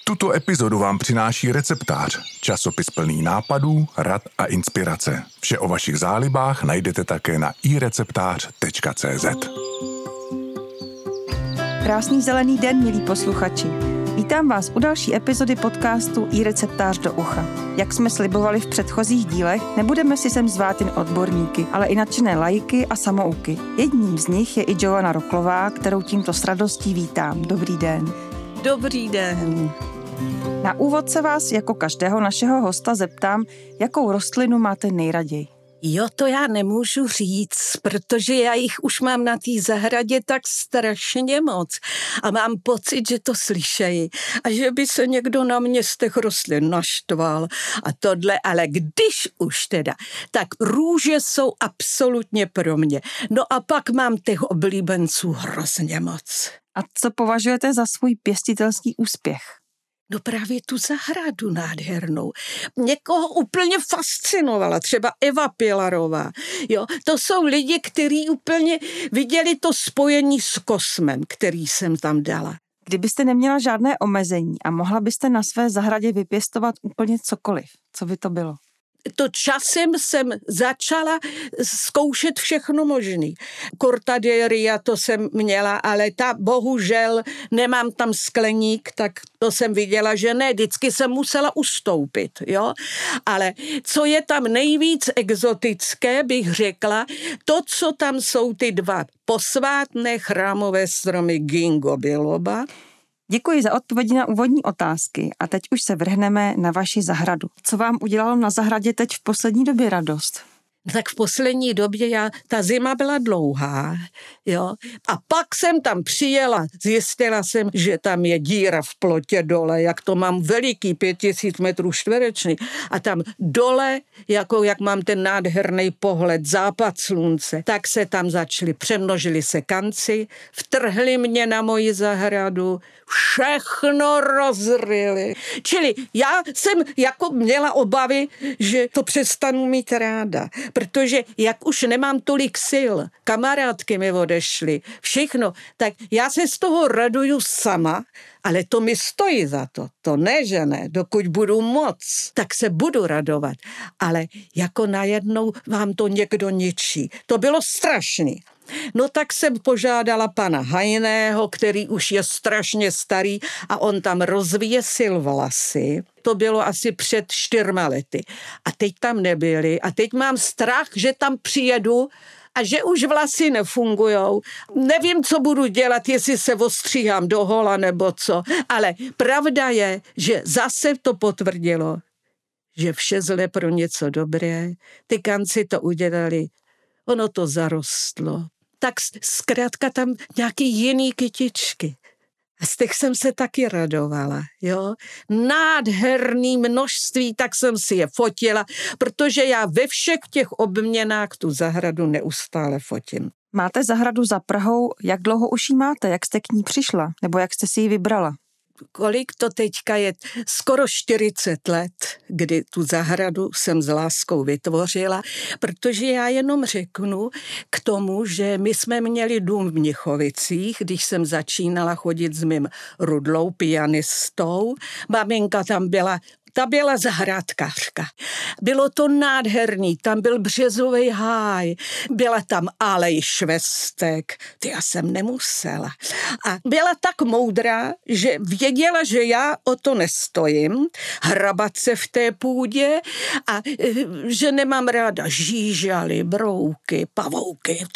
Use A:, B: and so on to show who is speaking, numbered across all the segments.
A: Tuto epizodu vám přináší Receptář, časopis plný nápadů, rad a inspirace. Vše o vašich zálibách najdete také na ireceptář.cz.
B: Krásný zelený den, milí posluchači. Vítám vás u další epizody podcastu iReceptář do ucha. Jak jsme slibovali v předchozích dílech, nebudeme si sem zvát jen odborníky, ale i nadšené laiky a samouky. Jedním z nich je i Joanna Roklová, kterou tímto s radostí vítám. Dobrý den.
C: Dobrý den.
B: Na úvod se vás jako každého našeho hosta zeptám, jakou rostlinu máte nejraději.
C: Jo, to já nemůžu říct, protože já jich už mám na té zahradě tak strašně moc a mám pocit, že to slyšejí a že by se někdo na mě z těch rostlin naštval a tohle, ale když už teda, tak růže jsou absolutně pro mě. No a pak mám těch oblíbenců hrozně moc.
B: A co považujete za svůj pěstitelský úspěch?
C: No právě tu zahradu nádhernou. Někoho úplně fascinovala, třeba Eva Pilarová. Jo, to jsou lidi, kteří úplně viděli to spojení s kosmem, který jsem tam dala.
B: Kdybyste neměla žádné omezení a mohla byste na své zahradě vypěstovat úplně cokoliv, co by to bylo?
C: To časem jsem začala zkoušet všechno možný. Cortaderia to jsem měla, ale ta bohužel nemám tam skleník, tak to jsem viděla, že ne, vždycky jsem musela ustoupit, jo. Ale co je tam nejvíc exotické, bych řekla, to, co tam jsou ty dva posvátné chrámové stromy ginkgo biloba.
B: Děkuji za odpovědi na úvodní otázky a teď už se vrhneme na vaši zahradu. Co vám udělalo na zahradě teď v poslední době radost?
C: Tak v poslední době ta zima byla dlouhá, jo. A pak jsem tam přijela, zjistila jsem, že tam je díra v plotě dole, jak to mám veliký 5000 metrů čtverečných. A tam dole, jako jak mám ten nádherný pohled, západ slunce, tak se tam přemnožili se kanci, vtrhli mě na moji zahradu, všechno rozryli. Čili já jsem jako měla obavy, že to přestanu mít ráda. Protože jak už nemám tolik sil, kamarádky mi odešly, všechno, tak já se z toho raduju sama, ale to mi stojí za to. To ne, že ne, dokud budu moc, tak se budu radovat. Ale jako najednou vám to někdo ničí. To bylo strašný. No tak jsem požádala pana Hajného, který už je strašně starý a on tam rozvěsil vlasy. To bylo asi před 4 lety. A teď tam nebyli. A teď mám strach, že tam přijedu a že už vlasy nefungujou. Nevím, co budu dělat, jestli se ostříhám do hola nebo co. Ale pravda je, že zase to potvrdilo, že vše zle pro něco dobré. Ty kanci to udělali. Ono to zarostlo. Tak zkrátka tam nějaký jiný kytičky. A z těch jsem se taky radovala, jo. Nádherný množství, tak jsem si je fotila, protože já ve všech těch obměnách tu zahradu neustále fotím.
B: Máte zahradu za Prahou, jak dlouho už ji máte, jak jste k ní přišla, nebo jak jste si ji vybrala?
C: Kolik to teďka je? Skoro 40 let, kdy tu zahradu jsem s láskou vytvořila, protože já jenom řeknu k tomu, že my jsme měli dům v Mnichovicích, když jsem začínala chodit s mým Rudlou, pianistou. Maminka tam byla, ta byla zahrádkářka. Bylo to nádherný, tam byl březový háj, byla tam alej švestek, ty já jsem nemusela. A byla tak moudrá, že věděla, že já o to nestojím, hrabat se v té půdě a že nemám ráda žížaly, brouky, pavouky.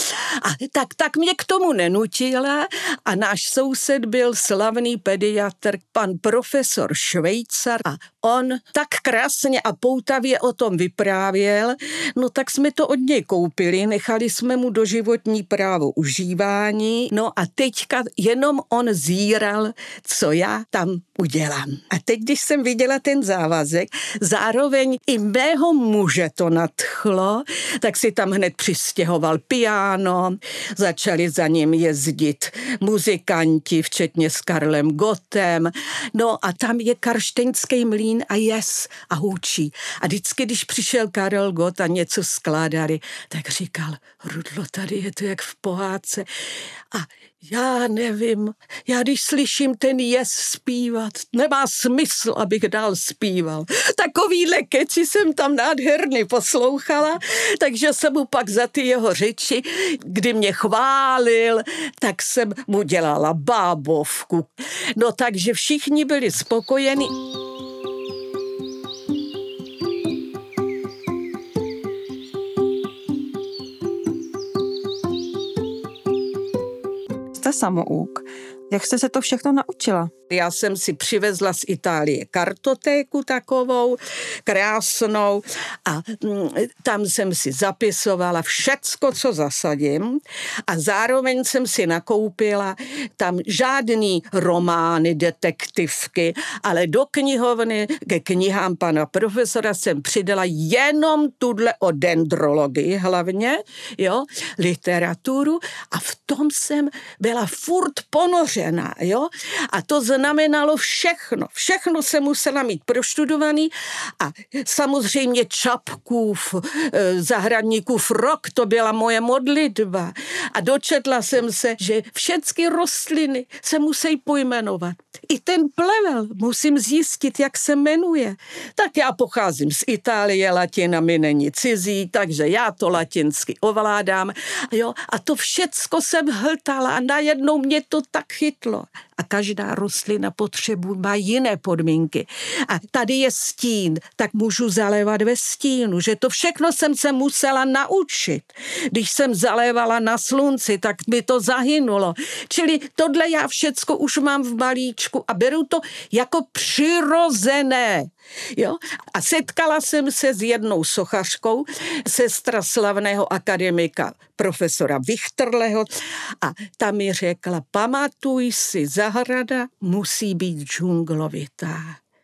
C: Tak mě k tomu nenutila a náš soused byl slavný pediatr, pan profesor Švejcar a on tak krásně a poutavě o tom vyprávěl, no tak jsme to od něj koupili, nechali jsme mu doživotní právo užívání, no a teďka jenom on zíral, co já tam udělám. A teď, když jsem viděla ten závazek, zároveň i mého muže to nadchlo, tak si tam hned přistěhoval piano, začali za ním jezdit muzikanti, včetně s Karlem Gottem, no a tam je Karšteňský mlýn a jes a hůčí. A vždycky, když přišel Karel Gott a něco skládali, tak říkal, Rudlo, tady je to jak v pohádce. A Já nevím, já když slyším ten jez zpívat, nemá smysl, abych dál zpíval. Takovýhle keci jsem tam nádherně poslouchala, takže jsem mu pak za ty jeho řeči, kdy mě chválil, tak jsem mu dělala bábovku. No takže všichni byli spokojeni.
B: Jste samouk. Jak jste se to všechno naučila?
C: Já jsem si přivezla z Itálie kartotéku takovou, krásnou a tam jsem si zapisovala všecko, co zasadím a zároveň jsem si nakoupila tam žádný romány, detektivky, ale do knihovny, ke knihám pana profesora jsem přidala jenom tudle o dendrologii hlavně, jo, literaturu a v tom jsem byla furt ponořená, jo, a to znamenalo všechno. Všechno jsem musela mít proštudovaný a samozřejmě Čapkův, Zahradníkův rok, to byla moje modlitba. A dočetla jsem se, že všechny rostliny se musí pojmenovat. I ten plevel musím zjistit, jak se jmenuje. Tak já pocházím z Itálie, latina mi není cizí, takže já to latinsky ovládám. Jo? A to všecko jsem hltala a najednou mě to tak chytlo. A každá rostlina má jiné podmínky. A tady je stín, tak můžu zalévat ve stínu, že to všechno jsem se musela naučit. Když jsem zalévala na slunci, tak mi to zahynulo. Čili tohle já všecko už mám v balíčku a beru to jako přirozené. Jo? A setkala jsem se s jednou sochařkou, sestra slavného akademika profesora Vichterleho a ta mi řekla, pamatuj si, zahrada musí být džunglovitá.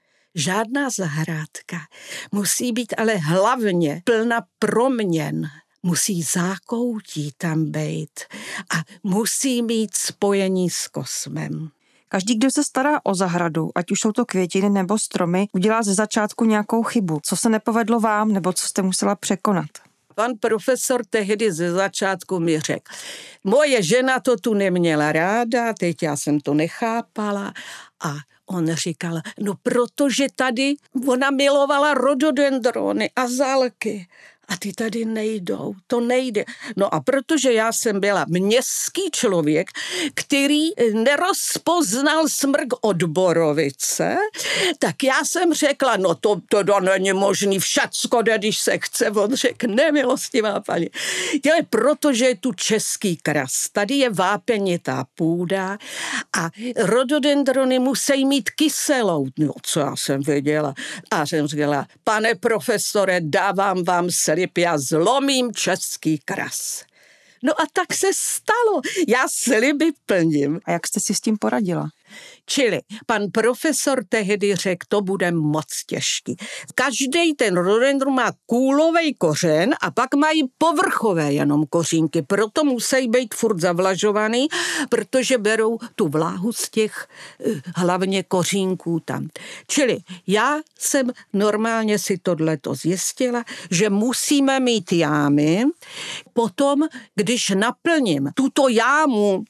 C: Žádná zahrádka musí být ale hlavně plná proměn. Musí zákoutí tam být a musí mít spojení s kosmem.
B: Každý, kdo se stará o zahradu, ať už jsou to květiny nebo stromy, udělá ze začátku nějakou chybu. Co se nepovedlo vám, nebo co jste musela překonat?
C: Pan profesor tehdy ze začátku mi řekl, moje žena to tu neměla ráda, teď já jsem to nechápala a on říkal, no protože tady ona milovala rododendrony, azalky a ty tady nejdou, to nejde. No a protože já jsem byla městský člověk, který nerozpoznal smrk od borovice, tak já jsem řekla, no to není možný, všecko jde, když se chce. On řekl, nemilostivá paní. Protože je tu český kras, tady je vápenitá půda a rododendrony musí mít kyselou. No, co já jsem věděla. A jsem řekla, pane profesore, dávám vám slib, já zlomím český kras. No a tak se stalo. Já sliby plním.
B: A jak jste si s tím poradila?
C: Čili pan profesor tehdy řekl, to bude moc těžký. Každý ten rododendron má kůlovej kořen a pak mají povrchové jenom kořínky, proto musí být furt zavlažovaný, protože berou tu vláhu z těch hlavně kořínků tam. Čili já jsem normálně si tohleto zjistila, že musíme mít jámy, potom, když naplním tuto jámu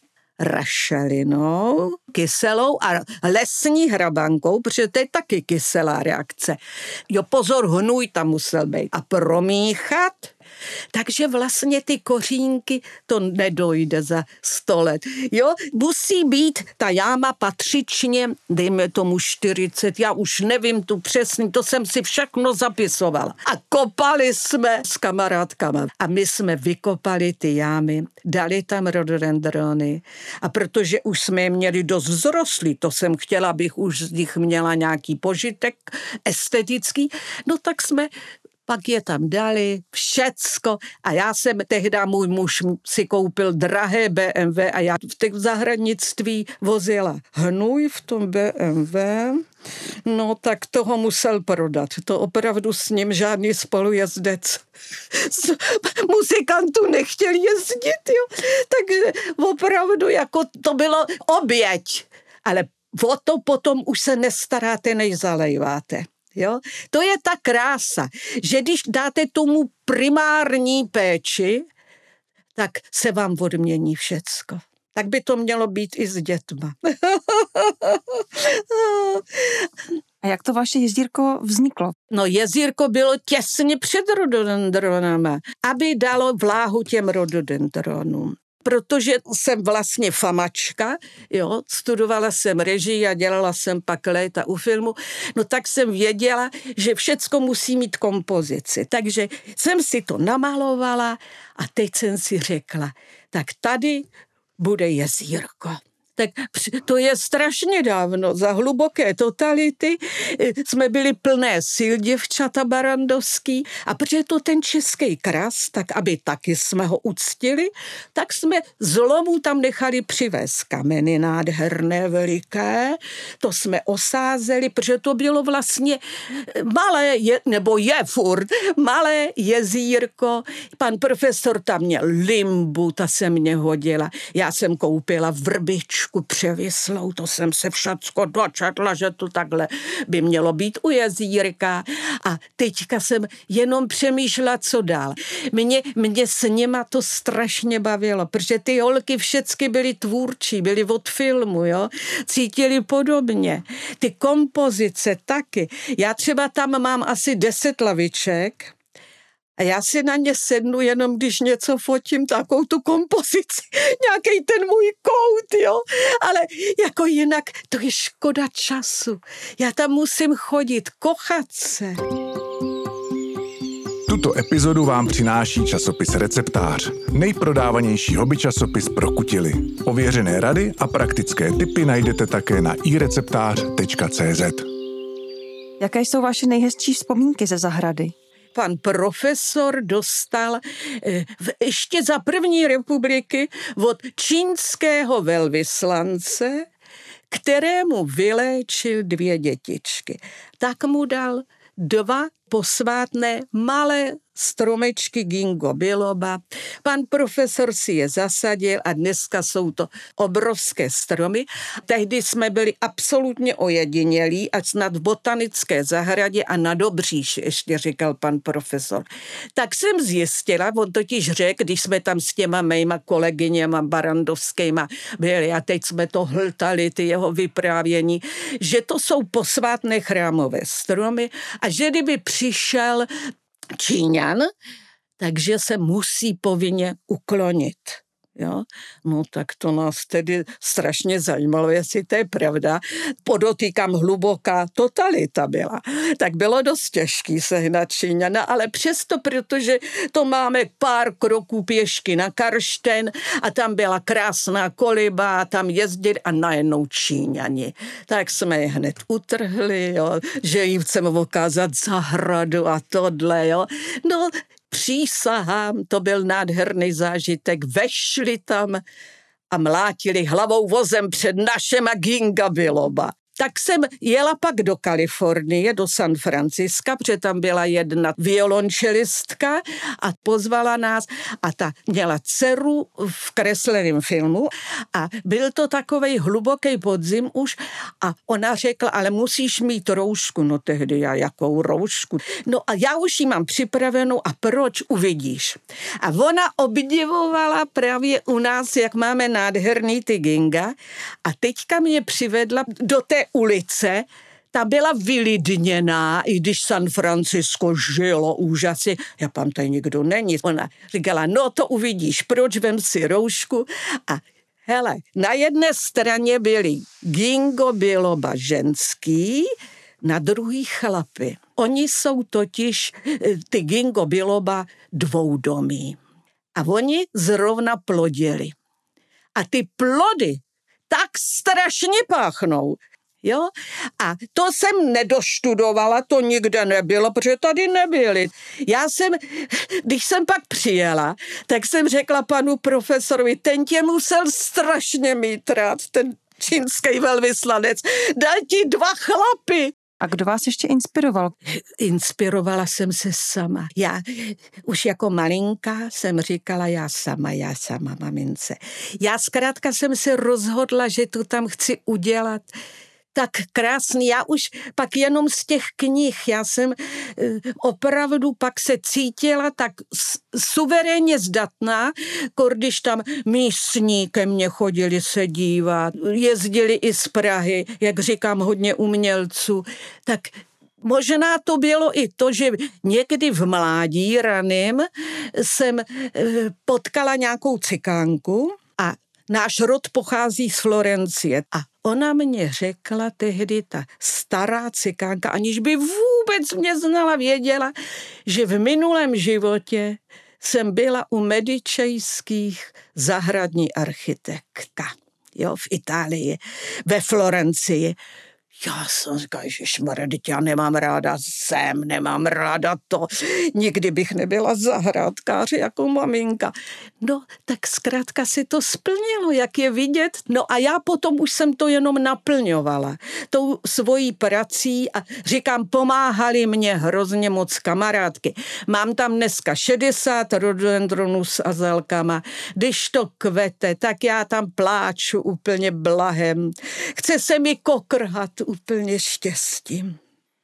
C: rašelinou, kyselou a lesní hrabankou, protože to je taky kyselá reakce. Jo, pozor, hnůj tam musel být. A promíchat, takže vlastně ty kořínky, to nedojde za 100 let. Jo, musí být ta jáma patřičně, dejme tomu 40, já už nevím tu přesně, to jsem si všechno zapisovala. A kopali jsme s kamarádkama. A my jsme vykopali ty jámy, dali tam rododendrony a protože už jsme je měli dost vzrostlí, to jsem chtěla, abych už z nich měla nějaký požitek estetický, no tak jsme pak je tam dali, všecko. A já jsem tehdy, můj muž si koupil drahé BMW a já v těch zahradnictví vozila hnůj v tom BMW. No tak toho musel prodat. To opravdu s ním žádný spolujezdec z muzikantů nechtěl jezdit. Jo. Tak opravdu jako to bylo oběť. Ale o to potom už se nestaráte, než zalejváte. Jo? To je ta krása, že když dáte tomu primární péči, tak se vám odmění všecko. Tak by to mělo být i s dětma.
B: A jak to vaše jezírko vzniklo?
C: No jezírko bylo těsně před rododendronama, aby dalo vláhu těm rododendronům. Protože jsem vlastně famačka, jo, studovala jsem režii a dělala jsem pak léta u filmu, no tak jsem věděla, že všecko musí mít kompozici. Takže jsem si to namalovala a teď jsem si řekla, tak tady bude jezírko. Tak to je strašně dávno, za hluboké totality jsme byli plné sil děvčata barandovský a protože to ten český kras, tak aby taky jsme ho uctili, tak jsme z lomu tam nechali přivést kameny nádherné, veliké, to jsme osázeli, protože to bylo vlastně malé, nebo je furt, malé jezírko. Pan profesor tam měl limbu, ta se mě hodila. Já jsem koupila vrbičku převislou, to jsem se všecko dočetla, že to takhle by mělo být u jezírka a teďka jsem jenom přemýšlela, co dál. Mě s nima to strašně bavilo, protože ty holky všecky byly tvůrčí, byly od filmu, jo, cítili podobně. Ty kompozice taky. Já třeba tam mám asi 10 laviček, a já si na ně sednu, jenom když něco fotím, takovou tu kompozici, nějaký ten můj kout, jo. Ale jako jinak, to je škoda času. Já tam musím chodit, kochat se.
A: Tuto epizodu vám přináší časopis Receptář, nejprodávanější hobby časopis pro kutily. Ověřené rady a praktické tipy najdete také na ireceptář.cz.
B: Jaké jsou vaše nejhezčí vzpomínky ze zahrady?
C: Pan profesor dostal ještě za první republiky od čínského velvyslance, kterému vyléčil 2 dětičky. Tak mu dal 2 posvátné malé stromečky ginkgo biloba. Pan profesor si je zasadil a dneska jsou to obrovské stromy. Tehdy jsme byli absolutně ojedinělí, ať snad v botanické zahradě a na Dobříši, ještě říkal pan profesor. Tak jsem zjistila, on totiž řekl, když jsme tam s těma mýma kolegyněma barandovskýma byli a teď jsme to hltali, ty jeho vyprávění, že to jsou posvátné chrámové stromy a že kdyby přišel Číňan, takže se musí povinně uklonit. Jo? No tak to nás tedy strašně zajímalo, jestli to je pravda. Podotýkám, hluboká totalita byla. Tak bylo dost těžký sehnat Číňana, ale přesto, protože to máme pár kroků pěšky na Karšten a tam byla krásná koliba a tam jezdit a najednou Číňani. Tak jsme je hned utrhli, jo? Že jim chceme ukázat zahradu a tohle. Jo? No, přísahám, to byl nádherný zážitek. Vešli tam a mlátili hlavou vozem před našema ginkgo biloba. Tak jsem jela pak do Kalifornie, do San Franciska, protože tam byla jedna violončelistka a pozvala nás a ta měla dceru v kresleném filmu a byl to takovej hluboký podzim už a ona řekla, ale musíš mít roušku. No tehdy já jakou roušku? No a já už ji mám připravenou a proč, uvidíš. A ona obdivovala právě u nás, jak máme nádherný ty ginga a teďka mě přivedla do té ulice, ta byla vylidněná, i když San Francisco žilo úžasně. Já tam tady nikdo není. Ona říkala, no to uvidíš, proč, vem si roušku. A hele, na jedné straně byli ginkgo biloba ženský, na druhý chlapy. Oni jsou totiž ty ginkgo biloba dvoudomí. A oni zrovna plodili. A ty plody tak strašně páchnou. Jo? A to jsem nedoštudovala, to nikde nebylo, protože tady nebyli. Když jsem pak přijela, tak jsem řekla panu profesorovi, ten tě musel strašně mít rád, ten čínský velvyslanec, dal ti 2 chlapy.
B: A kdo vás ještě inspiroval?
C: Inspirovala jsem se sama. Já už jako malinká jsem říkala, já sama, mamince. Já zkrátka jsem se rozhodla, že to tam chci udělat tak krásný. Já už pak jenom z těch knih, já jsem opravdu pak se cítila tak suverénně zdatná, když tam místní ke mně chodili se dívat, jezdili i z Prahy, jak říkám, hodně umělců, tak možná to bylo i to, že někdy v mládí raným jsem potkala nějakou cikánku a náš rod pochází z Florencie a ona mě řekla tehdy, ta stará cikánka, aniž by vůbec mě znala, věděla, že v minulém životě jsem byla u medičejských zahradní architekta, jo, v Itálii, ve Florencii. Já jsem říkala, ježišmarja, já nemám ráda zem, nemám ráda to. Nikdy bych nebyla zahrádkář jako maminka. No, tak zkrátka si to splnilo, jak je vidět. No a já potom už jsem to jenom naplňovala tou svojí prací a říkám, pomáhali mě hrozně moc kamarádky. Mám tam dneska 60 rododendronů s azalkama. Když to kvete, tak já tam pláču úplně blahem. Chce se mi kokrhat úplně štěstím.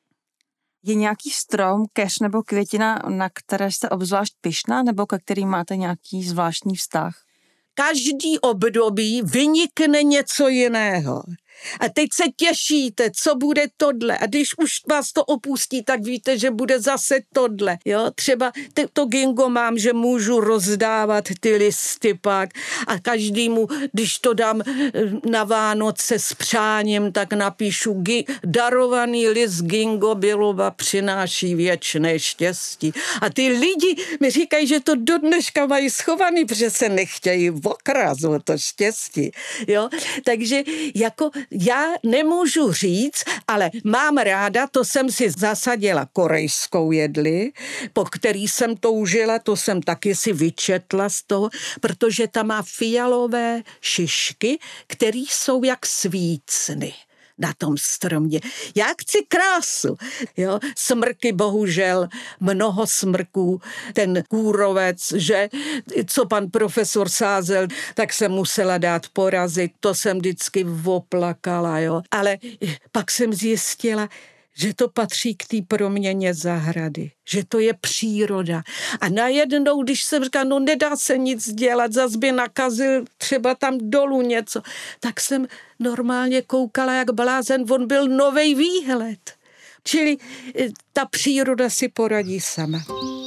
B: Je nějaký strom, keř nebo květina, na které jste obzvlášť pyšná, nebo ke kterým máte nějaký zvláštní vztah?
C: Každý období vynikne něco jiného. A teď se těšíte, co bude tohle. A když už vás to opustí, tak víte, že bude zase tohle. Jo? Třeba to gingo mám, že můžu rozdávat ty listy pak a každému, když to dám na Vánoce s přáním, tak napíšu darovaný list gingo biloba přináší věčné štěstí. A ty lidi mi říkají, že to do dneška mají schovaný, protože se nechtějí okrást o to štěstí. Jo? Takže jako já nemůžu říct, ale mám ráda, to jsem si zasadila korejskou jedli, po který jsem toužila, to jsem taky si vyčetla z toho, protože ta má fialové šišky, které jsou jak svícny na tom stromě. Já chci krásu. Jo? Smrky, bohužel, mnoho smrků, ten kůrovec, že co pan profesor sázel, tak jsem musela dát porazit, to jsem vždycky oplakala. Jo? Ale pak jsem zjistila, že to patří k té proměně zahrady, že to je příroda. A najednou, když jsem říkala, no nedá se nic dělat, zas by nakazil třeba tam dolů něco, tak jsem normálně koukala jak blázen, on byl novej výhled. Čili ta příroda si poradí sama.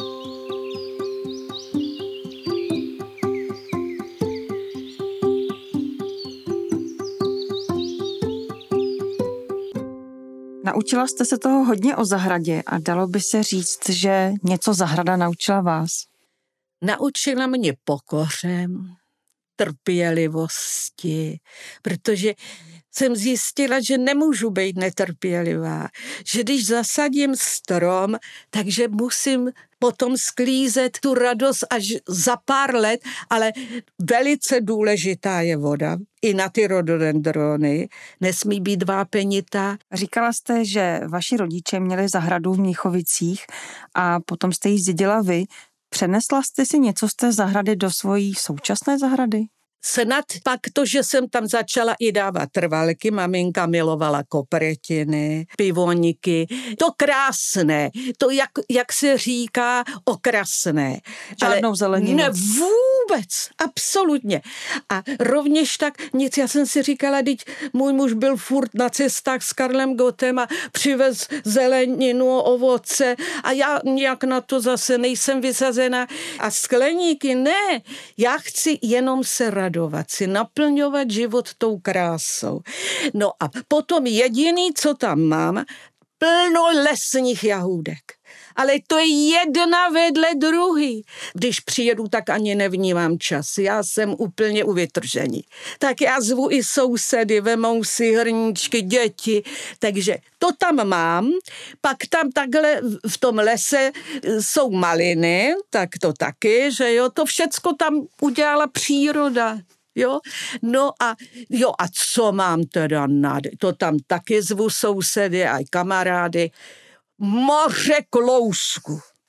B: Naučila jste se toho hodně o zahradě a dalo by se říct, že něco zahrada naučila vás?
C: Naučila mě pokořem, trpělivosti, protože jsem zjistila, že nemůžu být netrpělivá, že když zasadím strom, takže musím potom sklízet tu radost až za pár let, ale velice důležitá je voda. I na ty rododendrony nesmí být vápenitá.
B: Říkala jste, že vaši rodiče měli zahradu v Mnichovicích a potom jste ji zdědila vy. Přenesla jste si něco z té zahrady do svojí současné zahrady?
C: Snad pak to, že jsem tam začala i dávat trvalky, maminka milovala kopretiny, pivoníky, to krásné, to jak se říká okrasné.
B: Žádnou zeleninu.
C: Ne, vůbec, absolutně. A rovněž tak nic, já jsem si říkala, teď můj muž byl furt na cestách s Karlem Gottem a přivez zeleninu, ovoce a já nějak na to zase nejsem vysazena. A skleníky, ne, já chci jenom se radovat, si naplňovat život tou krásou. No a potom jediný, co tam mám, plno lesních jahůdek. Ale to je jedna vedle druhý. Když přijedu, tak ani nevnímám čas. Já jsem úplně u vytržení. Tak já zvu i sousedy, vemou si hrníčky, děti. Takže to tam mám. Pak tam takhle v tom lese jsou maliny, tak to taky, že jo, to všecko tam udělala příroda. Jo? No a co mám teda to tam taky zvu sousedy a kamarády. Moře klousku.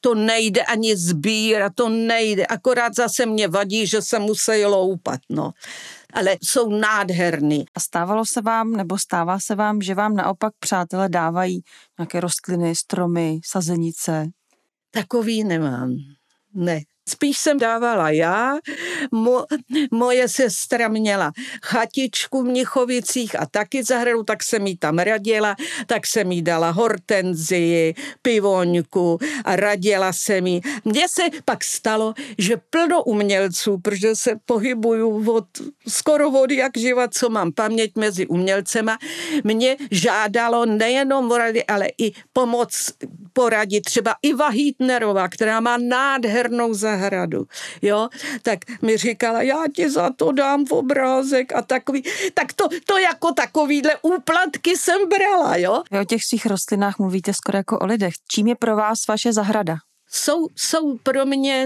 C: to nejde ani sbírat, to nejde. Akorát zase mě vadí, že se musí loupat, no. Ale jsou nádherný.
B: A stávalo se vám, nebo stává se vám, že vám naopak přátelé dávají nějaké rostliny, stromy, sazenice?
C: Takový nemám, ne. Spíš jsem dávala já, moje sestra měla chatičku v Mnichovicích a taky zahradu, tak jsem jí tam radila, tak jsem jí dala hortenzii, pivoňku a radila jsem jí. Mně se pak stalo, že plno umělců, protože se pohybuju skoro od jak živa, co mám paměť mezi umělcema, mě žádalo nejenom rady, ale i pomoc poradit. Třeba Iva Hýtnerová, která má nádhernou zahradu, jo, tak mi říkala, já ti za to dám obrázek a takový, tak to jako takovýhle úplatky jsem brala, jo.
B: Vy o těch svých rostlinách mluvíte skoro jako o lidech. Čím je pro vás vaše zahrada?
C: Jsou pro mě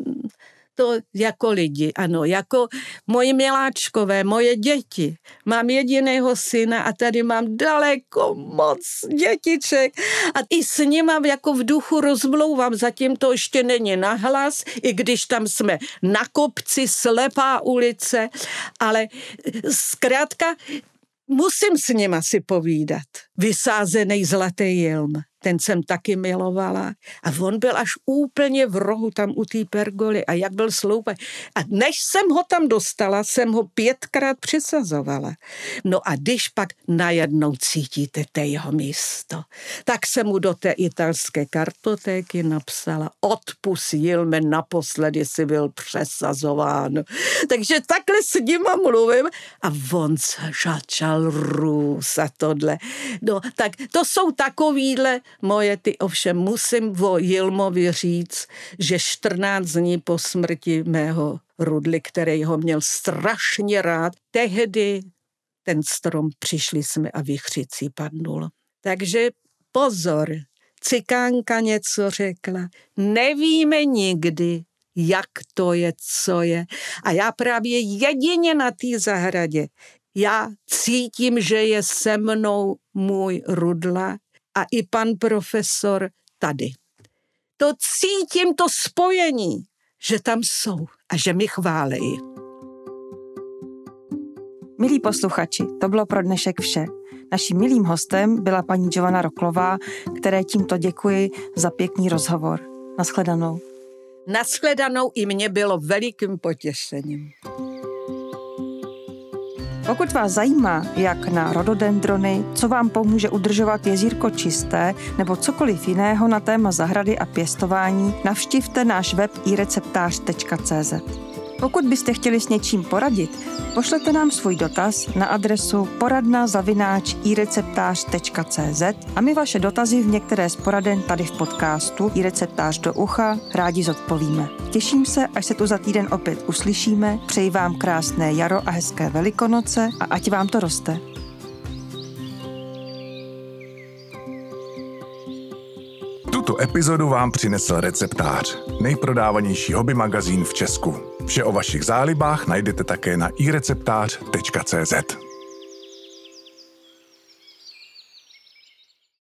C: to jako lidi, ano, jako moji miláčkové, moje děti. Mám jediného syna a tady mám daleko moc dětiček a i s nima jako v duchu rozmlouvám, zatím to ještě není nahlas, i když tam jsme na kopci, slepá ulice, ale zkrátka musím s nima si povídat. Vysázený zlatý jilm, ten jsem taky milovala. A on byl až úplně v rohu tam u té pergoly a jak byl sloupaný. A než jsem ho tam dostala, jsem ho 5krát přisazovala. No a když pak najednou cítíte jeho místo, tak jsem mu do té italské kartotéky napsala: odpust jilme, naposledy si byl přesazován. Takže takhle s nima mluvím a on začal růst a tohle. No, tak to jsou takovýhle moje, ty ovšem musím o Jilmovi říct, že 14 dní po smrti mého Rudly, který ho měl strašně rád, tehdy ten strom přišli jsme a vichřicí padnul. Takže pozor, cikánka něco řekla, nevíme nikdy, jak to je, co je. A já právě jedině na té zahradě, já cítím, že je se mnou můj Rudla a i pan profesor tady. To cítím, to spojení, že tam jsou a že mi chválejí.
B: Milí posluchači, to bylo pro dnešek vše. Naším milým hostem byla paní Jovana Roklová, které tímto děkuji za pěkný rozhovor. Naschledanou.
C: Naschledanou, i mě bylo velikým potěšením.
B: Pokud vás zajímá, jak na rododendrony, co vám pomůže udržovat jezírko čisté nebo cokoliv jiného na téma zahrady a pěstování, navštivte náš web ireceptář.cz. Pokud byste chtěli s něčím poradit, pošlete nám svůj dotaz na adresu poradna@ireceptář.cz a my vaše dotazy v některé z poraden tady v podcastu iReceptář do ucha rádi zodpovíme. Těším se, až se tu za týden opět uslyšíme, přeji vám krásné jaro a hezké Velikonoce a ať vám to roste.
A: Tuto epizodu vám přinesl Receptář, nejprodávanější hobby magazín v Česku. Vše o vašich zálibách najdete také na ireceptář.cz.